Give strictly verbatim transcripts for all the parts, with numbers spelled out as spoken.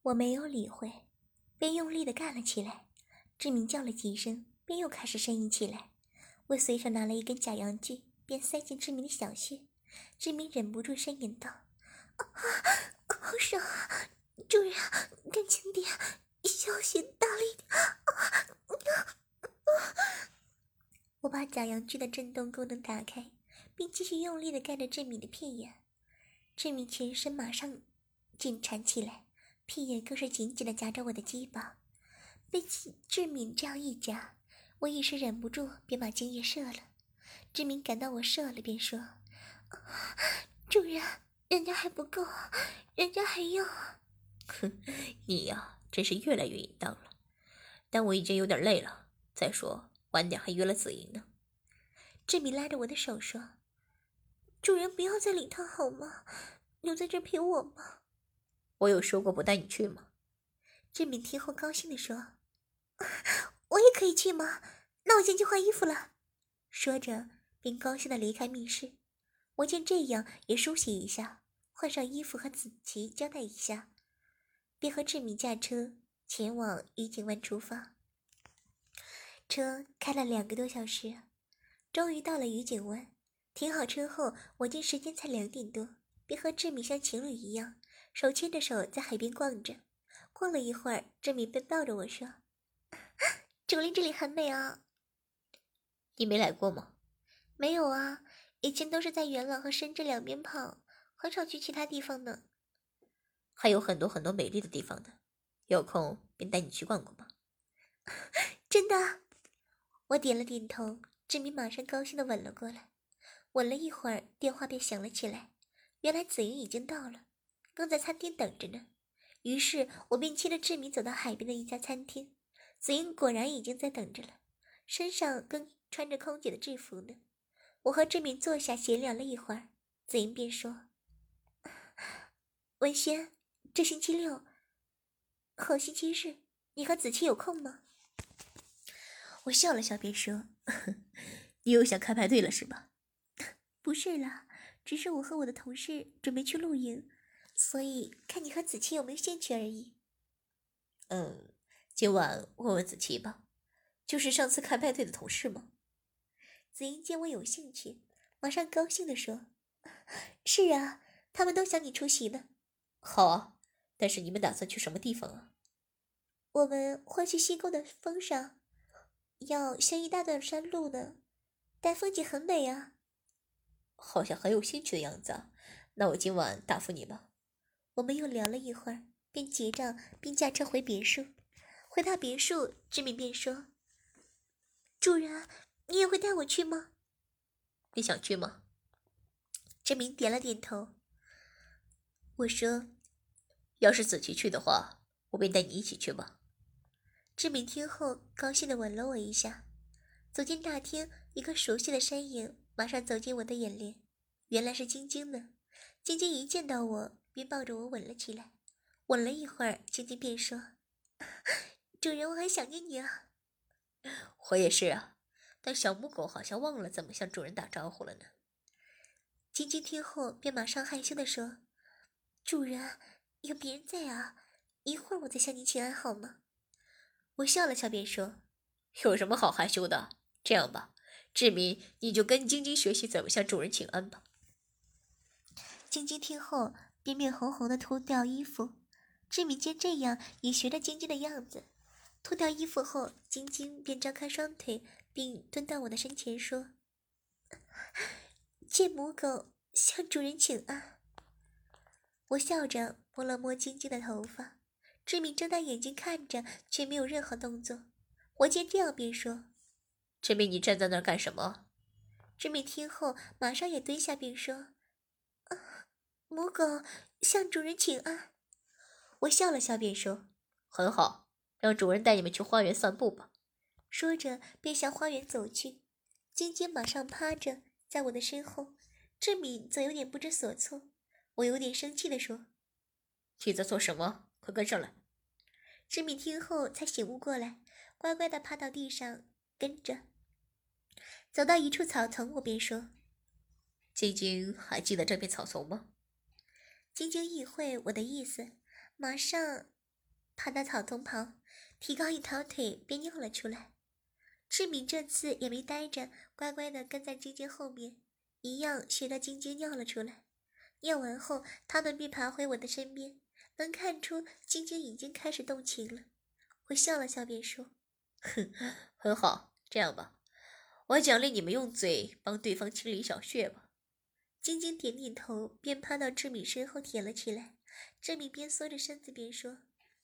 我没有理会，便用力地干了起来。志明叫了几声，便又开始呻吟起来。我随手拿了一根假阳具，便塞进志明的小穴。志明忍不住呻吟道：“啊，好爽啊！主人，感轻点，小穴大力点。啊啊啊”我把假阳具的震动功能打开，并继续用力地干着志明的屁眼。志明全身马上紧缠起来，屁眼更是紧紧地夹着我的鸡巴。被志明这样一夹，我一时忍不住，便把精液射了。志明感到我射了，便说：“主人，人家还不够，人家还要。” 哼，你呀，真是越来越淫荡了。但我已经有点累了，再说晚点还约了子莹呢。 志明拉着我的手说：“主人不要在礼堂好吗？留在这陪我吧。” 我有说过不带你去吗？ 志明听后高兴地说：“我也可以去吗？那我先去换衣服了。”说着便高兴地离开密室。我见这样也梳洗一下，换上衣服和子琪交代一下，便和志明驾车前往御景湾出发。车开了两个多小时，终于到了御景湾。停好车后，我见时间才两点多，便和志明像情侣一样，手牵着手在海边逛着。逛了一会儿，志明便抱着我说：“竹林这里很美啊。” 你没来过吗？ 没有啊，以前都是在元朗和深圳两边跑，很少去其他地方呢。 还有很多很多美丽的地方呢，有空便带你去逛逛吧。 真的？我点了点头，志明马上高兴地吻了过来。吻了一会儿，电话便响了起来，原来子莹已经到了，刚在餐厅等着呢。于是我便牵着志明走到海边的一家餐厅，子莹果然已经在等着了，身上更穿着空姐的制服呢。我和志明坐下闲聊了一会儿，子莹便说：“文轩，这星期六和星期日，你和子期有空吗？” 我笑了笑便说：“你又想开派对了是吧？”“ 不是啦，只是我和我的同事准备去露营，所以看你和子期有没有兴趣而已。”“ 嗯，今晚问问子琪吧，就是上次开派对的同事吗？” 子英见我有兴趣，马上高兴地说：“是啊，他们都想你出席呢。”“ 好啊，但是你们打算去什么地方啊？”“ 我们会去西沟的峰上，要修一大段山路呢，但风景很美啊。”“ 好像很有兴趣的样子啊，那我今晚答复你吧。” 我们又聊了一会儿，便结账并驾车回别墅。回到别墅，志明便说：“主人，你也会带我去吗？”“ 你想去吗？” 志明点了点头。 我说：“要是子琪去的话，我便带你一起去吧。” 志明听后高兴地吻了我一下。走进大厅，一个熟悉的身影马上走进我的眼帘，原来是晶晶呢。晶晶一见到我便抱着我吻了起来。吻了一会儿，晶晶便说：“主人，我很想念你啊。”“ 我也是啊，但小母狗好像忘了怎么向主人打招呼了呢。” 晶晶听后便马上害羞地说：“主人，有别人在啊，一会儿我再向你请安好吗？” 我笑了笑便说：“有什么好害羞的？这样吧，志明，你就跟晶晶学习怎么向主人请安吧。” 晶晶听后便面红红的脱掉衣服。志明见这样，也学着晶晶的样子。脱掉衣服后，晶晶便张开双腿，并蹲到我的身前说：“借母狗向主人请安。”我笑着摸了摸晶晶的头发。志明睁大眼睛看着，却没有任何动作。我见这样便说：“ 志明，你站在那儿干什么？” 志明听后马上也蹲下便说：“啊，母狗向主人请安。”我笑了笑便说：“ 很好，让主人带你们去花园散步吧。” 说着便向花园走去。晶晶马上趴着在我的身后，志敏则有点不知所措。我有点生气地说：“ 你在做什么？快跟上来！” 志敏听后才醒悟过来，乖乖地趴到地上跟着。走到一处草丛，我便说：“ 晶晶还记得这片草丛吗？” 晶晶意会我的意思，马上爬到草丛旁，提高一条腿便尿了出来。志敏这次也没呆着，乖乖地跟在晶晶后面，一样学着晶晶尿了出来。尿完后，他们便爬回我的身边，能看出晶晶已经开始动情了。我笑了笑便说：“ 哼，很好，这样吧，我奖励你们用嘴帮对方清理小穴吧。” 晶晶点点头，便趴到志敏身后舔了起来。志敏边缩着身子边说：“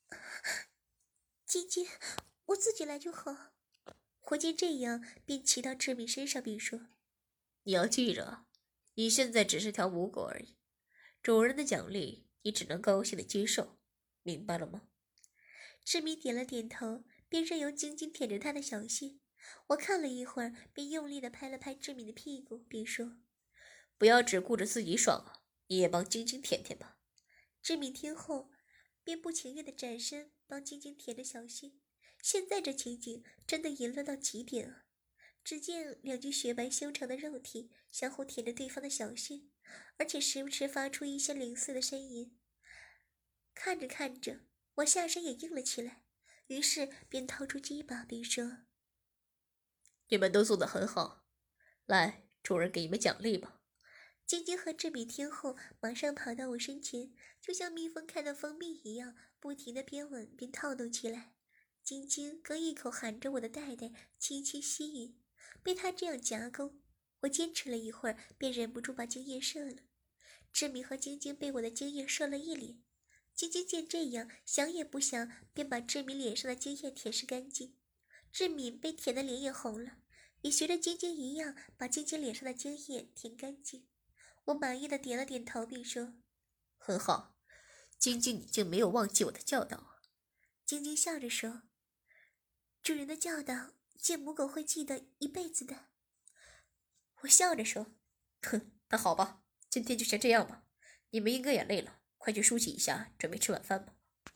晶晶，我自己来就好。”我见这样，便骑到志敏身上便说：“ 你要记着，你现在只是条母狗而已，主人的奖励你只能高兴的接受，明白了吗？” 志敏点了点头，便任由晶晶舔着他的小穴。我看了一会儿，便用力地拍了拍志敏的屁股，便说：“ 不要只顾着自己爽啊，你也帮晶晶舔舔吧。” 志敏听后，便不情愿地转身帮晶晶舔着小穴。现在这情景真的淫乱到极点啊！只见两具雪白修长的肉体相互舔着对方的小穴，而且时不时发出一些零碎的呻吟。看着看着，我下身也硬了起来，于是便掏出鸡巴，并说：“ 你们都做得很好，来，主人给你们奖励吧。” 晶晶和志敏听后，马上跑到我身前，就像蜜蜂看到蜂蜜一样，不停地边吻边套动起来。晶晶更一口含着我的袋袋，轻轻吸吮。被他这样夹攻，我坚持了一会儿，便忍不住把精液射了。志敏和晶晶被我的精液射了一脸。晶晶见这样，想也不想，便把志敏脸上的精液舔拭干净。志敏被舔的脸也红了，也学着晶晶一样，把晶晶脸上的精液舔干净。我满意的点了点头，并说：“ 很好，晶晶，你竟没有忘记我的教导。” 晶晶笑着说：“主人的教导，见母狗会记得一辈子的。”我笑着说：“ 哼，那好吧，今天就先这样吧。你们应该也累了，快去梳洗一下，准备吃晚饭吧。”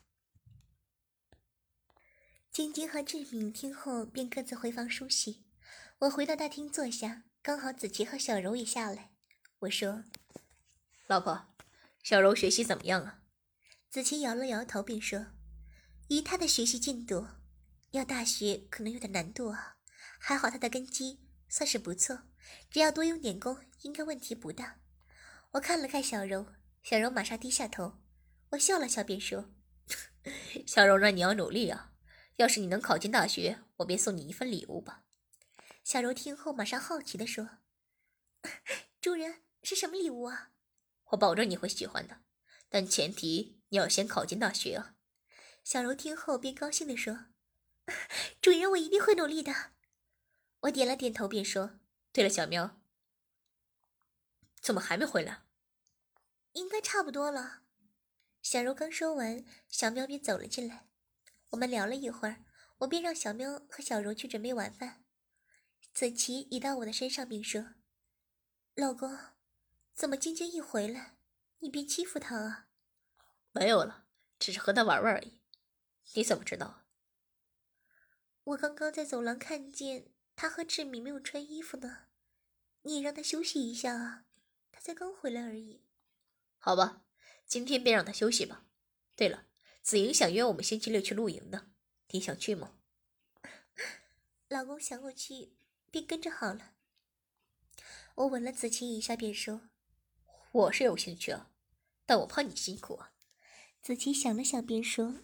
晶晶和志敏听后便各自回房梳洗。我回到大厅坐下，刚好子琪和小柔也下来。我说：“ 老婆，小柔学习怎么样啊？” 子琪摇了摇头，并说：“以她的学习进度，要大学可能有点难度啊。还好她的根基算是不错，只要多用点功，应该问题不大。”我看了看小柔，小柔马上低下头。我笑了笑，便说：“ 小柔，那你要努力啊！要是你能考进大学，我便送你一份礼物吧。” 小柔听后马上好奇地说：“主人，是什么礼物啊？”“ 我保证你会喜欢的，但前提你要先考进大学啊。” 小柔听后便高兴地说：“主人，我一定会努力的。”我点了点头，便说：“ 对了，小喵，怎么还没回来？”“ 应该差不多了。”小柔刚说完，小喵便走了进来。我们聊了一会儿，我便让小喵和小柔去准备晚饭。子琪移到我的身上，并说：“老公，怎么晶晶一回来，你便欺负她啊？”“ 没有了，只是和她玩玩而已。你怎么知道？”“ 我刚刚在走廊看见她和志敏没有穿衣服呢。你也让她休息一下啊，她才刚回来而已。”“ 好吧，今天便让她休息吧。对了，子莹想约我们星期六去露营呢，你想去吗？”“ 老公想我去，便跟着好了。”我吻了子琪一下，便说：“ 我是有兴趣啊，但我怕你辛苦啊。” 子琪想了想，便说：“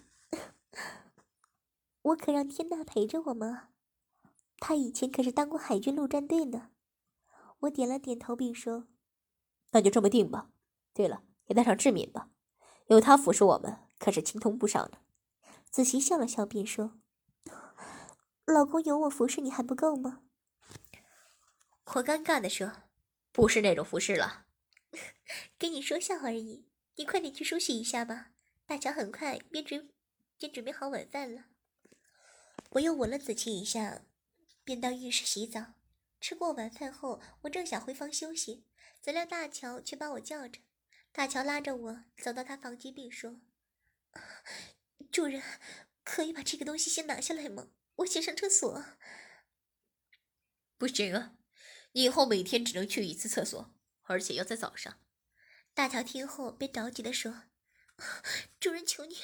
我可让天娜陪着我吗？她以前可是当过海军陆战队的。”我点了点头，并说：“ 那就这么定吧。对了，也带上志敏吧，有他服侍我们，可是轻松不少呢。” 子琪笑了笑，便说：“老公有我服侍你还不够吗？”我尴尬地说：“ 不是那种服侍了， 跟你说笑而已。你快点去梳洗一下吧，大乔很快便准便准备好晚饭了。”我又吻了子琪一下，便到浴室洗澡。吃过晚饭后，我正想回房休息，怎料大乔却把我叫着。大乔拉着我走到他房间，并说：“主人，可以把这个东西先拿下来吗？我想上厕所。”“ 不行啊，你以后每天只能去一次厕所，而且要在早上。” 大乔听后便着急地说：“主人，求你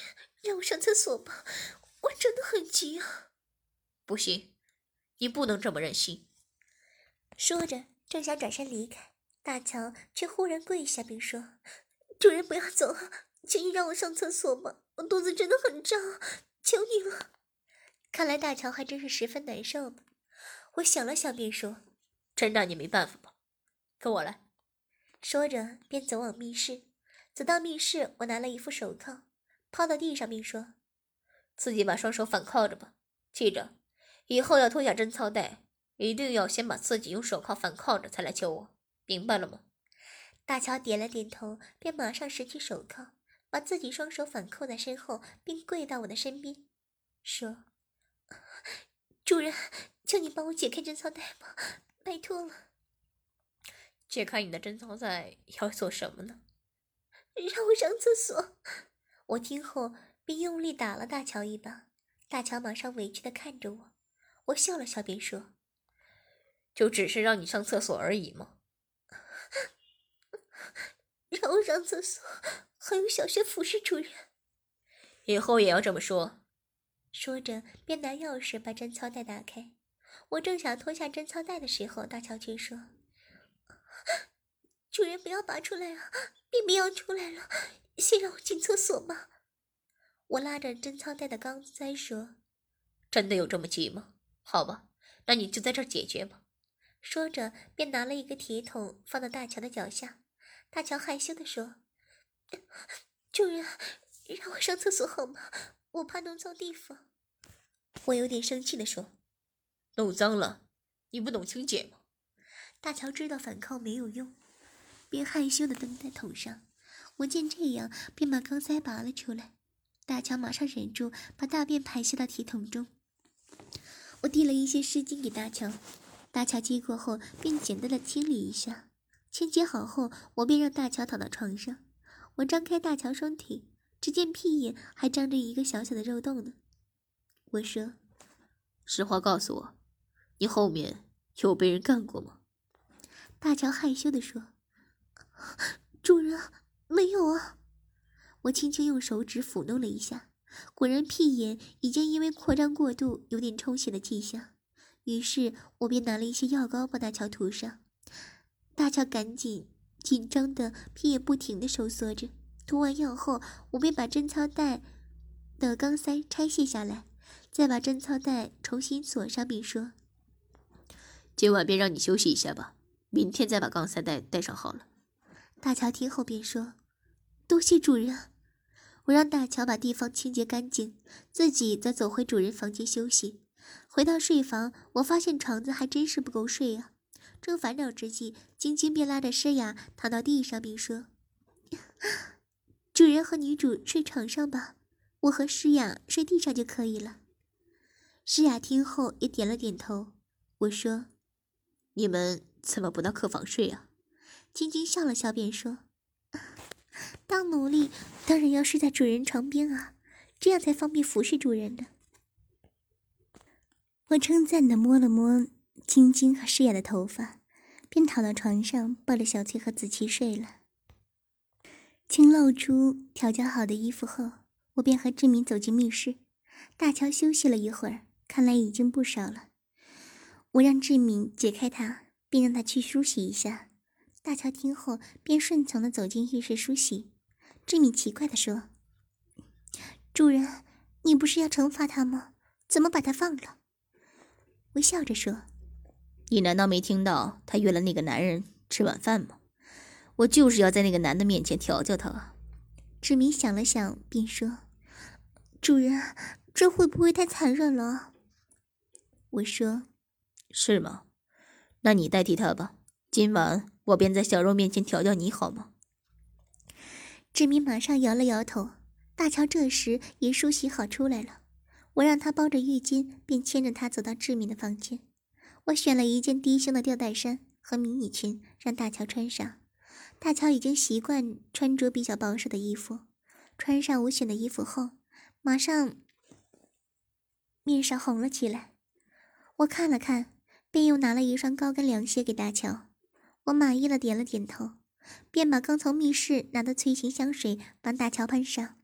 让我上厕所吧，我真的很急啊。 不行，你不能这么任性。 说着，正想转身离开，大乔却忽然跪下并说：“主人不要走啊，请你让我上厕所吧，我肚子真的很胀，求你了。”看来大乔还真是十分难受呢。我想了想便说：“ 真拿你没办法吧？跟我来。” 说着便走往密室。走到密室，我拿了一副手铐抛到地上并说：“ 自己把双手反铐着吧，记着，以后要脱下贞操带，一定要先把自己用手铐反铐着才来求我，明白了吗？” 大乔点了点头，便马上拾起手铐，把自己双手反扣在身后，并跪到我的身边，说：“主人，求你帮我解开贞操带吧，拜托了。” 解开你的贞操带要做什么呢？ 让我上厕所。我听后便用力打了大乔一把，大乔马上委屈地看着我。我笑了笑便说：“ 就只是让你上厕所而已吗？” 让我上厕所，还有小薛服侍主人。 以后也要这么说。 说着便拿钥匙把贞操带打开。我正想脱下贞操带的时候，大乔却说：“主人不要拔出来啊，便便要出来了，先让我进厕所吧。”我拉着贞操带的钢塞说：“ 真的有这么急吗？好吧，那你就在这儿解决吧。” 说着便拿了一个铁桶放到大乔的脚下。大乔害羞地说：“主人，让我上厕所好吗？我怕弄脏地方。”我有点生气地说：“ 弄脏了，你不懂清洁吗？” 大乔知道反抗没有用，便害羞地蹲在桶上。我见这样，便把钢塞拔了出来。大乔马上忍住，把大便排泄到铁桶中。我递了一些湿巾给大乔，大乔接过后便简单的清理一下。清洁好后，我便让大乔躺到床上。我张开大乔双腿，只见屁眼还张着一个小小的肉洞呢。我说：“ 实话告诉我，你后面有被人干过吗？” 大乔害羞地说：“主人，没有啊。”我轻轻用手指抚弄了一下，果然屁眼已经因为扩张过度有点充血的迹象。于是我便拿了一些药膏帮大乔涂上。大乔赶紧紧张的屁眼不停地收缩着。涂完药后，我便把贞操带的钢塞拆卸下来，再把贞操带重新锁上，并说：“ 今晚便让你休息一下吧，明天再把钢塞带带上好了。” 大乔听后便说：“多谢主人。”我让大乔把地方清洁干净，自己则走回主人房间休息。回到睡房，我发现床子还真是不够睡啊。正烦恼之际，晶晶便拉着诗雅躺到地上，并说：“主人和女主睡床上吧，我和诗雅睡地上就可以了。”诗雅听后也点了点头。我说：“ 你们怎么不到客房睡啊？” 晶晶笑了笑便说：“当奴隶当然要睡在主人床边啊，这样才方便服侍主人的。”我称赞地摸了摸晶晶和诗雅的头发，便躺到床上抱着小翠和子琪睡了。清露出调教好的衣服后，我便和志明走进密室。大乔休息了一会儿，看来已经不少了。我让志明解开他，并让他去梳洗一下。大乔听后便顺从地走进浴室梳洗。志明奇怪地说：“主人，你不是要惩罚他吗？怎么把他放了？”我笑着说：“ 你难道没听到他约了那个男人吃晚饭吗？我就是要在那个男的面前调教他啊。” 志明想了想便说：“主人，这会不会太残忍了？”我说：“ 是吗？那你代替他吧，今晚我便在小肉面前调教你好吗？” 志明马上摇了摇头。大乔这时也梳洗好出来了。我让他包着浴巾，便牵着他走到志明的房间。我选了一件低胸的吊带衫和迷你裙让大乔穿上。大乔已经习惯穿着比较保守的衣服，穿上我选的衣服后，马上面上红了起来。我看了看，便又拿了一双高跟凉鞋给大乔。我满意了点了点头，便把刚从密室拿的催情香水帮大乔喷上。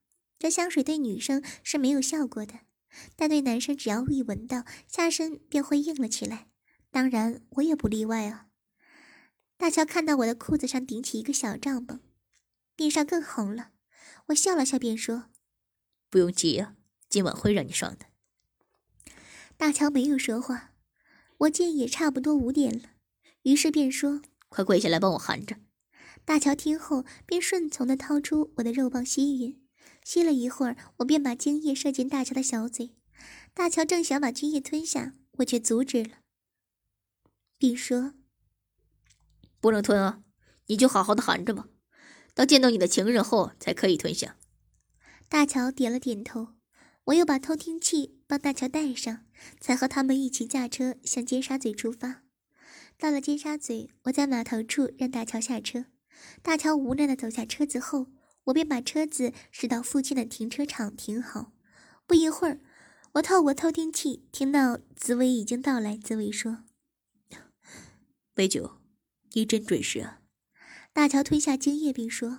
这香水对女生是没有效果的，但对男生只要一闻到，下身便会硬了起来。当然，我也不例外啊。大乔看到我的裤子上顶起一个小帐篷，面上更红了。我笑了笑，便说：“ 不用急啊，今晚会让你爽的。” 大乔没有说话，我见也差不多五点了，于是便说：“ 快跪下来帮我含着。” 大乔听后便顺从地掏出我的肉棒吸吮，吸了一会儿，我便把精液射进大乔的小嘴。大乔正想把精液吞下，我却阻止了，并说：“ 不能吞啊，你就好好的含着吧，到见到你的情人后才可以吞下。” 大乔点了点头，我又把偷听器帮大乔带上，才和他们一起驾车向尖沙咀出发。到了尖沙咀，我在码头处让大乔下车。大乔无奈地走下车子后，我便把车子驶到附近的停车场停好。不一会儿，我透过偷听器听到紫薇已经到来。紫薇说：“ 杯酒，你真准时啊。” 大乔吞下精液并说：“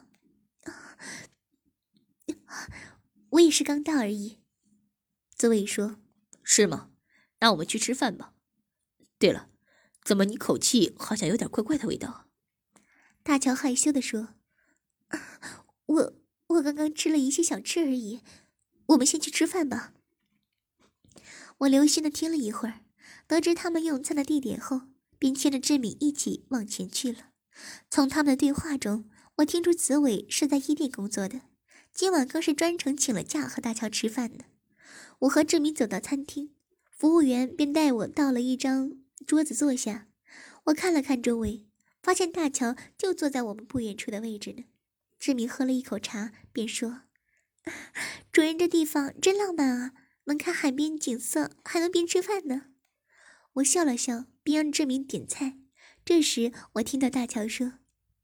我也是刚到而已。”紫薇说：“ 是吗？那我们去吃饭吧。对了，怎么你口气好像有点怪怪的味道？” 大乔害羞地说：“我我刚刚吃了一些小吃而已，我们先去吃饭吧。”我留心地听了一会儿，得知他们用餐的地点后，便牵着志敏一起往前去了。从他们的对话中，我听出紫伟是在夜店工作的，今晚更是专程请了假和大乔吃饭呢。我和志敏走到餐厅，服务员便带我到了一张桌子坐下。我看了看周围，发现大乔就坐在我们不远处的位置呢。志明喝了一口茶，便说：“主人，这地方真浪漫啊，能看海边景色，还能边吃饭呢。”我笑了笑，便让志明点菜。这时，我听到大乔说：“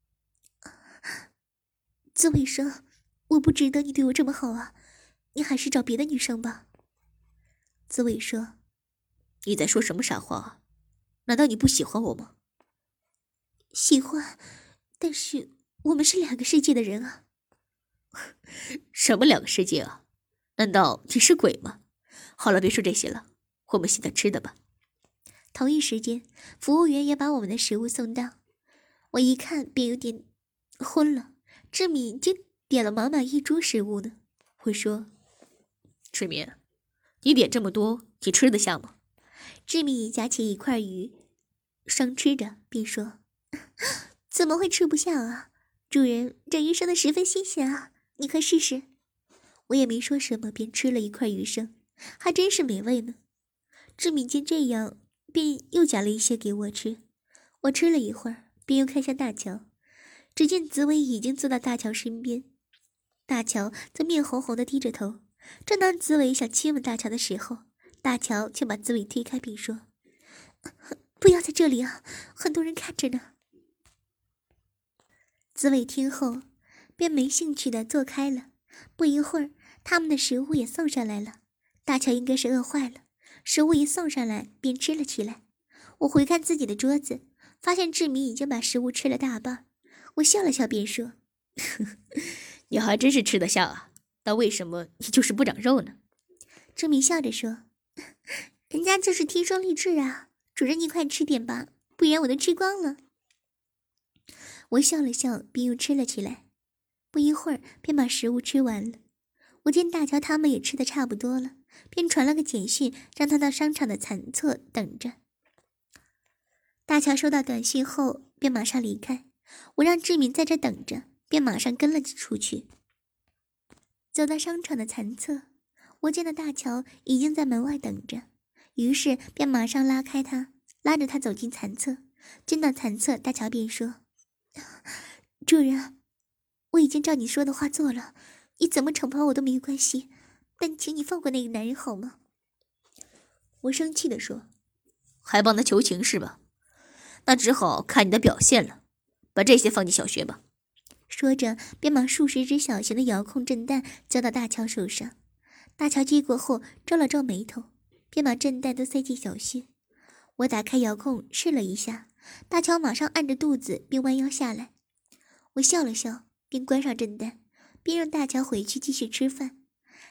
紫伟生，我不值得你对我这么好啊，你还是找别的女生吧。”紫伟说：“ 你在说什么傻话啊？难道你不喜欢我吗？”“ 喜欢，但是我们是两个世界的人啊。”“ 什么两个世界啊？难道你是鬼吗？”“好了，别说这些了，我们现在吃的吧。” 同一时间，服务员也把我们的食物送到。我一看便有点昏了，志敏已经点了满满一桌食物呢。我说：“ 志敏，你点这么多，你吃得下吗？” 志敏夹起一块鱼，生吃着，并说：“怎么会吃不下啊？主人，这鱼生的十分新鲜啊，你快试试。”我也没说什么，便吃了一块鱼生，还真是美味呢。志敏见这样，便又夹了一些给我吃。我吃了一会儿，便又看向大乔，只见紫薇已经坐到大乔身边，大乔则面红红的低着头。正当紫薇想亲吻大乔的时候，大乔却把紫薇推开，并说：“不要在这里啊，很多人看着呢。”紫薇听后，便没兴趣的坐开了。不一会儿，他们的食物也送上来了。大乔应该是饿坏了，食物一送上来便吃了起来。我回看自己的桌子，发现志明已经把食物吃了大半。我笑了笑便说：“ 呵呵，你还真是吃得下啊，那为什么你就是不长肉呢？” 志明笑着说：“人家就是天生丽质啊，主人你快吃点吧，不然我都吃光了。”我笑了笑便又吃了起来，不一会儿便把食物吃完了。我见大乔他们也吃得差不多了，便传了个简讯，让他到商场的残厕等着。大乔收到短信后便马上离开，我让志敏在这等着，便马上跟了出去。走到商场的残厕，我见到大乔已经在门外等着，于是便马上拉开他，拉着他走进残厕。进到残厕，大乔便说：“主人，我已经照你说的话做了，你怎么惩罚我都没关系，但请你放过那个男人好吗？”我生气地说：“ 还帮他求情是吧？那只好看你的表现了，把这些放进小学吧。” 说着便把数十只小型的遥控震弹交到大乔手上。大乔接过后皱了皱眉头，便把震弹都塞进小穴。我打开遥控试了一下，大乔马上按着肚子并弯腰下来。我笑了笑，便关上震弹，便让大乔回去继续吃饭。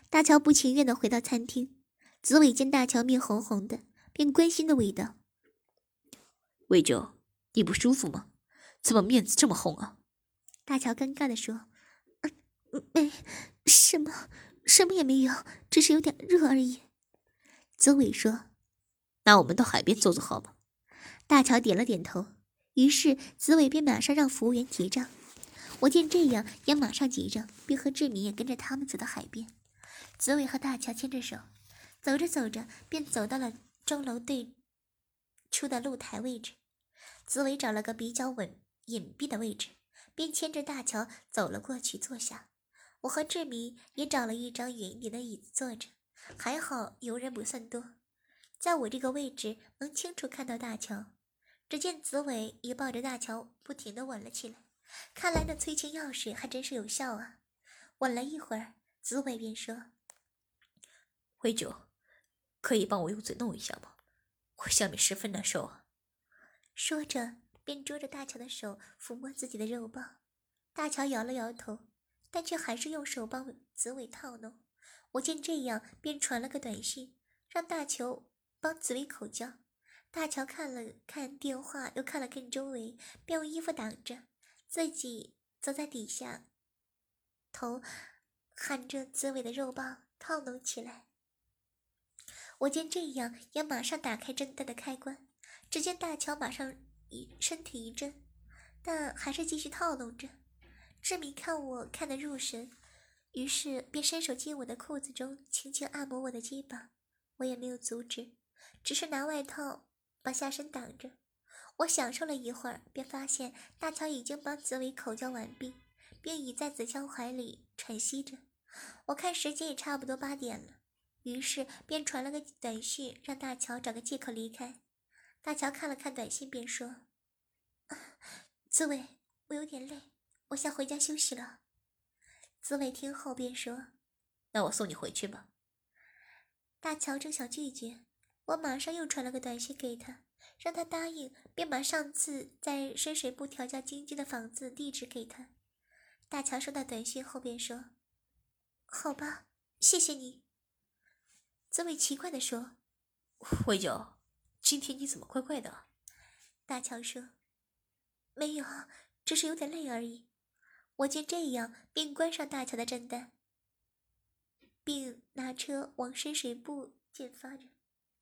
大乔不情愿地回到餐厅，紫伟见大乔面红红的，便关心地问道：“ 魏九，你不舒服吗？怎么面子这么红啊？” 大乔尴尬地说：“嗯，没，什么，什么也没有，只是有点热而已。”紫伟说：“ 那我们到海边坐坐好吗？” 大乔点了点头，于是紫伟便马上让服务员结账。我见这样，也马上结账，便和志明也跟着他们走到海边。紫伟和大乔牵着手，走着走着，便走到了钟楼对出的露台位置。紫伟找了个比较稳隐蔽的位置，便牵着大乔走了过去坐下。我和志明也找了一张远一点的椅子坐着，还好游人不算多，在我这个位置能清楚看到大乔。只见紫伟也抱着大乔不停地吻了起来，看来那催情药水还真是有效啊。吻了一会儿，紫伟便说：“ 魏九，可以帮我用嘴弄一下吗？我下面十分难受啊。” 说着便捉着大乔的手抚摸自己的肉棒。大乔摇了摇头，但却还是用手帮紫伟套弄。我见这样，便传了个短信，让大乔帮紫伟口交。大乔看了看电话，又看了看周围，便用衣服挡着，自己走在底下，头含着紫伟的肉棒套弄起来。我见这样，也马上打开震蛋的开关。只见大乔马上一身体一震，但还是继续套弄着。志明看我看得入神，于是便伸手进我的裤子中，轻轻按摩我的肩膀。我也没有阻止，只是拿外套把下身挡着。我享受了一会儿，便发现大乔已经帮紫伟口交完毕，并倚在子乔怀里喘息着。我看时间也差不多八点了，于是便传了个短信，让大乔找个借口离开。大乔看了看短信，便说：“紫伟，我有点累，我想回家休息了。”紫伟听后便说：“ 那我送你回去吧。” 大乔正想拒绝，我马上又传了个短信给他，让他答应，便把上次在深水埗调教经济的房子地址给他。大乔收到短信后便说：“好吧，谢谢你。”紫伟奇怪地说：“ 魏九，今天你怎么怪怪的？” 大乔说：“没有，只是有点累而已。”我见这样，便关上大乔的震蛋，并拿车往深水埗进发着。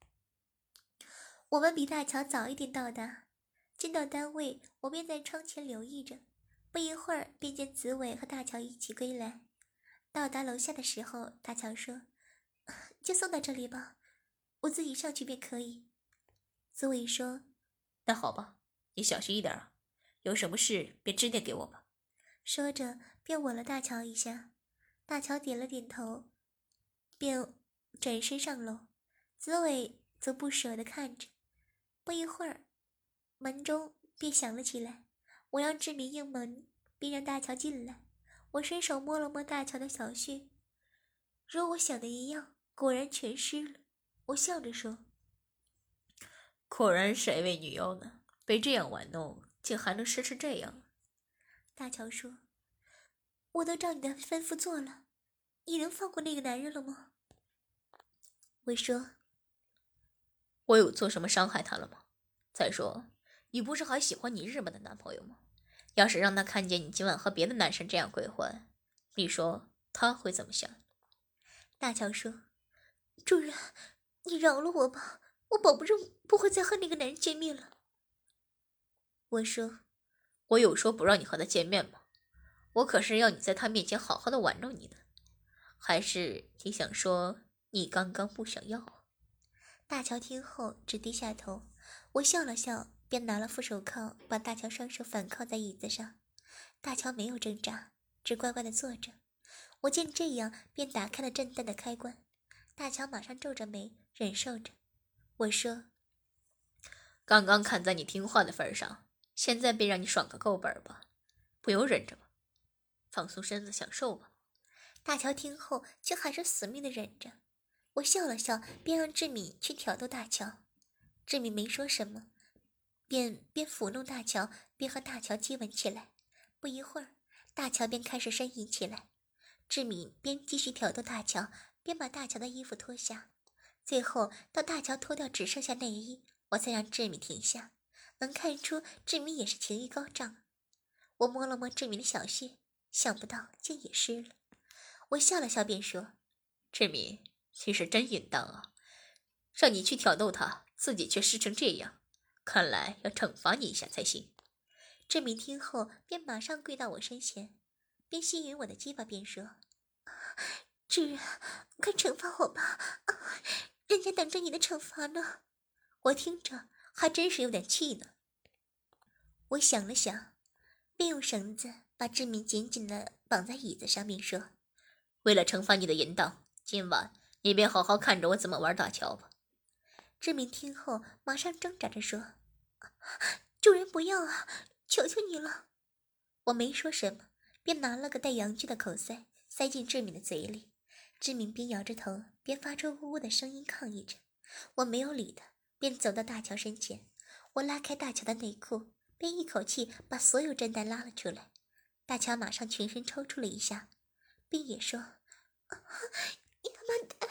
我们比大乔早一点到达，进到单位，我便在窗前留意着。不一会儿，便见紫伟和大乔一起归来。到达楼下的时候，大乔说：“就送到这里吧，我自己上去便可以。”紫伟说：“ 那好吧，你小心一点啊，有什么事便致电给我吧。” 说着便吻了大乔一下。大乔点了点头，便转身上楼。紫伟则不舍得看着。不一会儿，门钟便响了起来。我让志明应门，并让大乔进来。我伸手摸了摸大乔的小穴，如我想的一样，果然全湿了。我笑着说：“ 果然是一位女优呢，被这样玩弄，竟还能湿成这样。” 大乔说：“我都照你的吩咐做了，你能放过那个男人了吗？”我说：“ 我有做什么伤害他了吗？再说，你不是还喜欢你日本的男朋友吗？要是让他看见你今晚和别的男生这样鬼混，你说他会怎么想？” 大乔说：“主人，你饶了我吧，我保不证不会再和那个男人见面了。”我说：“ 我有说不让你和他见面吗？我可是要你在他面前好好的玩弄你的，还是你想说你刚刚不想要？” 大乔听后只低下头。我笑了笑，便拿了副手铐，把大乔双手反铐在椅子上。大乔没有挣扎，只乖乖地坐着。我见这样，便打开了震蛋的开关。大乔马上皱着眉，忍受着。我说：“ 刚刚看在你听话的份上，现在便让你爽个够本吧，不用忍着吧，放松身子享受吧。” 大乔听后却还是死命地忍着。我笑了笑，便让志敏去挑逗大乔。志敏没说什么，便边抚弄大乔，边和大乔接吻起来。不一会儿，大乔便开始呻吟起来。志敏边继续挑逗大乔， 便把大乔的衣服脱下，最后到大乔脱掉只剩下内衣，我才让志敏停下。能看出志敏也是情欲高涨。我摸了摸志敏的小穴，想不到竟也湿了。我笑了笑便说： 志敏，你是真淫荡啊，让你去挑逗他，自己却湿成这样，看来要惩罚你一下才行。 志敏听后便马上跪到我身前，边吸吮我的鸡巴边说：主人，快惩罚我吧，人家等着你的惩罚呢。我听着还真是有点气呢。我想了想，便用绳子把志敏紧紧地绑在椅子上，并说： 为了惩罚你的淫荡，今晚你便好好看着我怎么玩大乔吧。 志敏听后马上挣扎着说：主人不要啊，求求你了。我没说什么，便拿了个带阳具的口塞塞进志敏的嘴里。志敏边摇着头边发出呜呜的声音抗议着。我没有理他，便走到大乔身前。我拉开大乔的内裤，便一口气把所有震蛋拉了出来。大乔马上全身抽搐了一下，并也说：你他妈的！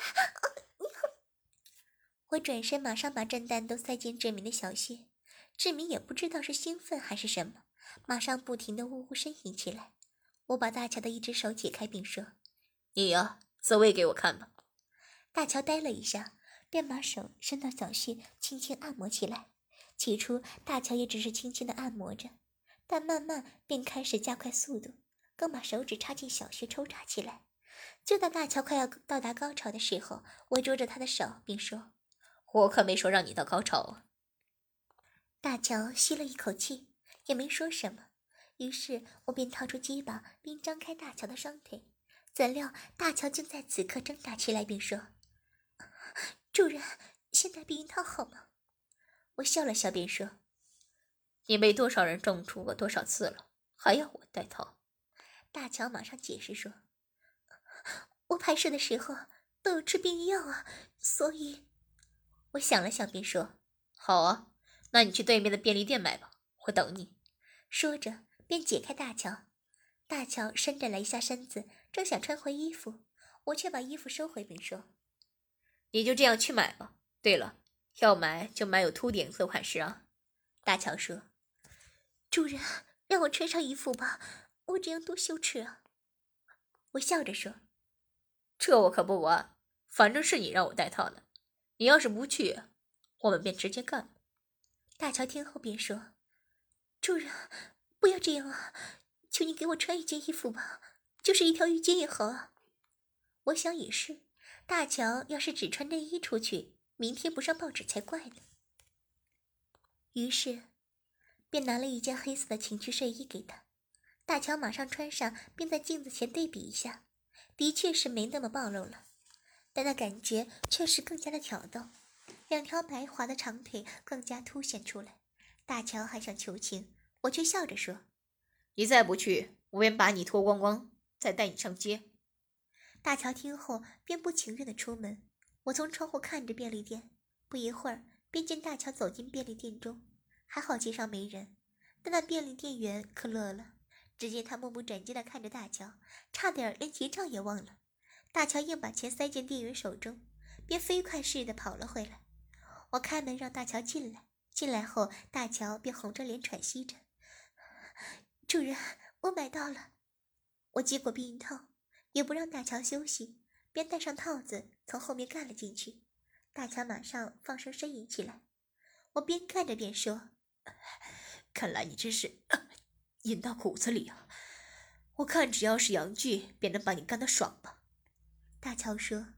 我转身马上把震蛋都塞进志敏的小穴。志敏也不知道是兴奋还是什么，马上不停地呜呜呻吟起来。我把大乔的一只手解开并说： 你呀，自慰给我看吧。 大乔呆了一下，便把手伸到小穴轻轻按摩起来。起初大乔也只是轻轻地按摩着，但慢慢便开始加快速度，更把手指插进小穴抽插起来。就在大乔快要到达高潮的时候，我捉着他的手并说： 我可没说让你到高潮啊。 大乔吸了一口气，也没说什么。于是我便掏出鸡巴，并张开大乔的双腿。怎料大乔竟在此刻挣扎起来，并说：主人，现在避孕套好吗？我笑了笑便说： 你被多少人中出过多少次了，还要我戴套？ 大乔马上解释说：我拍摄的时候都有吃避孕药啊，所以……我想了想便说： 好啊，那你去对面的便利店买吧，我等你。 说着便解开大乔。大乔伸展了一下身子，正想穿回衣服，我却把衣服收回并说： 你就这样去买吧。对了，要买就买有凸点色款式啊。 大乔说：主人，让我穿上衣服吧，我这样多羞耻啊。我笑着说： 这我可不玩，反正是你让我戴套的，你要是不去，我们便直接干。 大乔听后便说：主人，不要这样啊，求你给我穿一件衣服吧，就是一条浴巾也好啊。我想也是，大乔要是只穿内衣出去，明天不上报纸才怪呢。于是便拿了一件黑色的情趣睡衣给他。大乔马上穿上，并在镜子前对比一下，的确是没那么暴露了，但那感觉却是更加的挑逗，两条白滑的长腿更加凸显出来。大乔还想求情，我却笑着说： 你再不去，我便把你脱光光，再带你上街。 大乔听后便不情愿地出门。我从窗户看着便利店，不一会儿便见大乔走进便利店中。还好街上没人，但那便利店员可乐了。只见他目不转睛地看着大乔，差点连结账也忘了。大乔硬把钱塞进店员手中，便飞快似的跑了回来。我开门让大乔进来，进来后大乔便红着脸喘息着：主人，我买到了。我接过避孕套，也不让大乔休息，便戴上套子从后面干了进去。大乔马上放声呻吟起来。我边干着边说： 看来你真是淫到骨子里啊！我看只要是阳具，便能把你干得爽吧。 大乔说：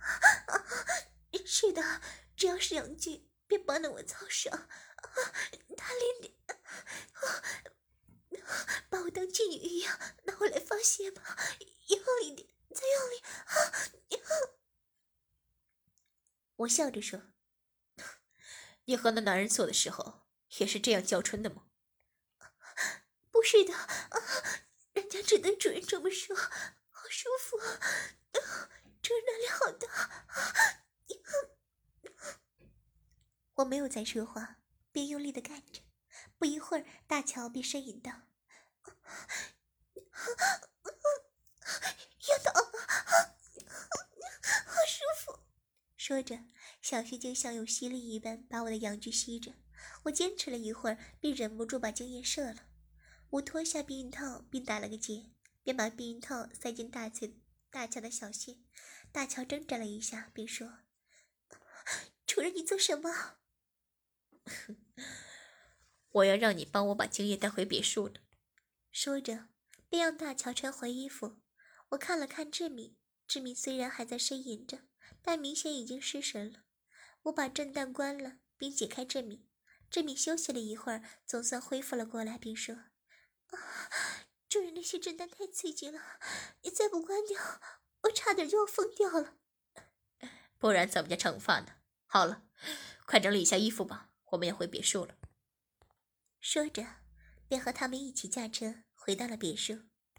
是的，只要是阳具，便把我操爽。大力点，把我当妓女一样拿我来发泄吧，用力点，再用力。我笑着说： 你和那男人做的时候也是这样叫春的吗？ 不是的，人家只对主人这么说，好舒服啊！主人哪里好大？我没有再说话，便用力地干着。不一会儿，大乔便呻吟道：要倒了， 说着，小穴就像有吸力一般把我的阳具吸着。我坚持了一会儿，便忍不住把精液射了。我脱下避孕套，并打了个结，便把避孕套塞进大乔大乔的小穴。大乔挣扎了一下，并说：“主人，你做什么？” 我要让你帮我把精液带回别墅了。 说着，便让大乔穿回衣服。我看了看志敏，志敏虽然还在呻吟着，但明显已经失神了。我把震荡关了，并解开志敏。志敏休息了一会儿，总算恢复了过来，并说：“啊，主人，那些震荡太刺激了，你再不关掉，我差点就要疯掉了。” 不然怎么叫惩罚呢？好了，快整理一下衣服吧，我们要回别墅了。 说着，便和他们一起驾车回到了别墅。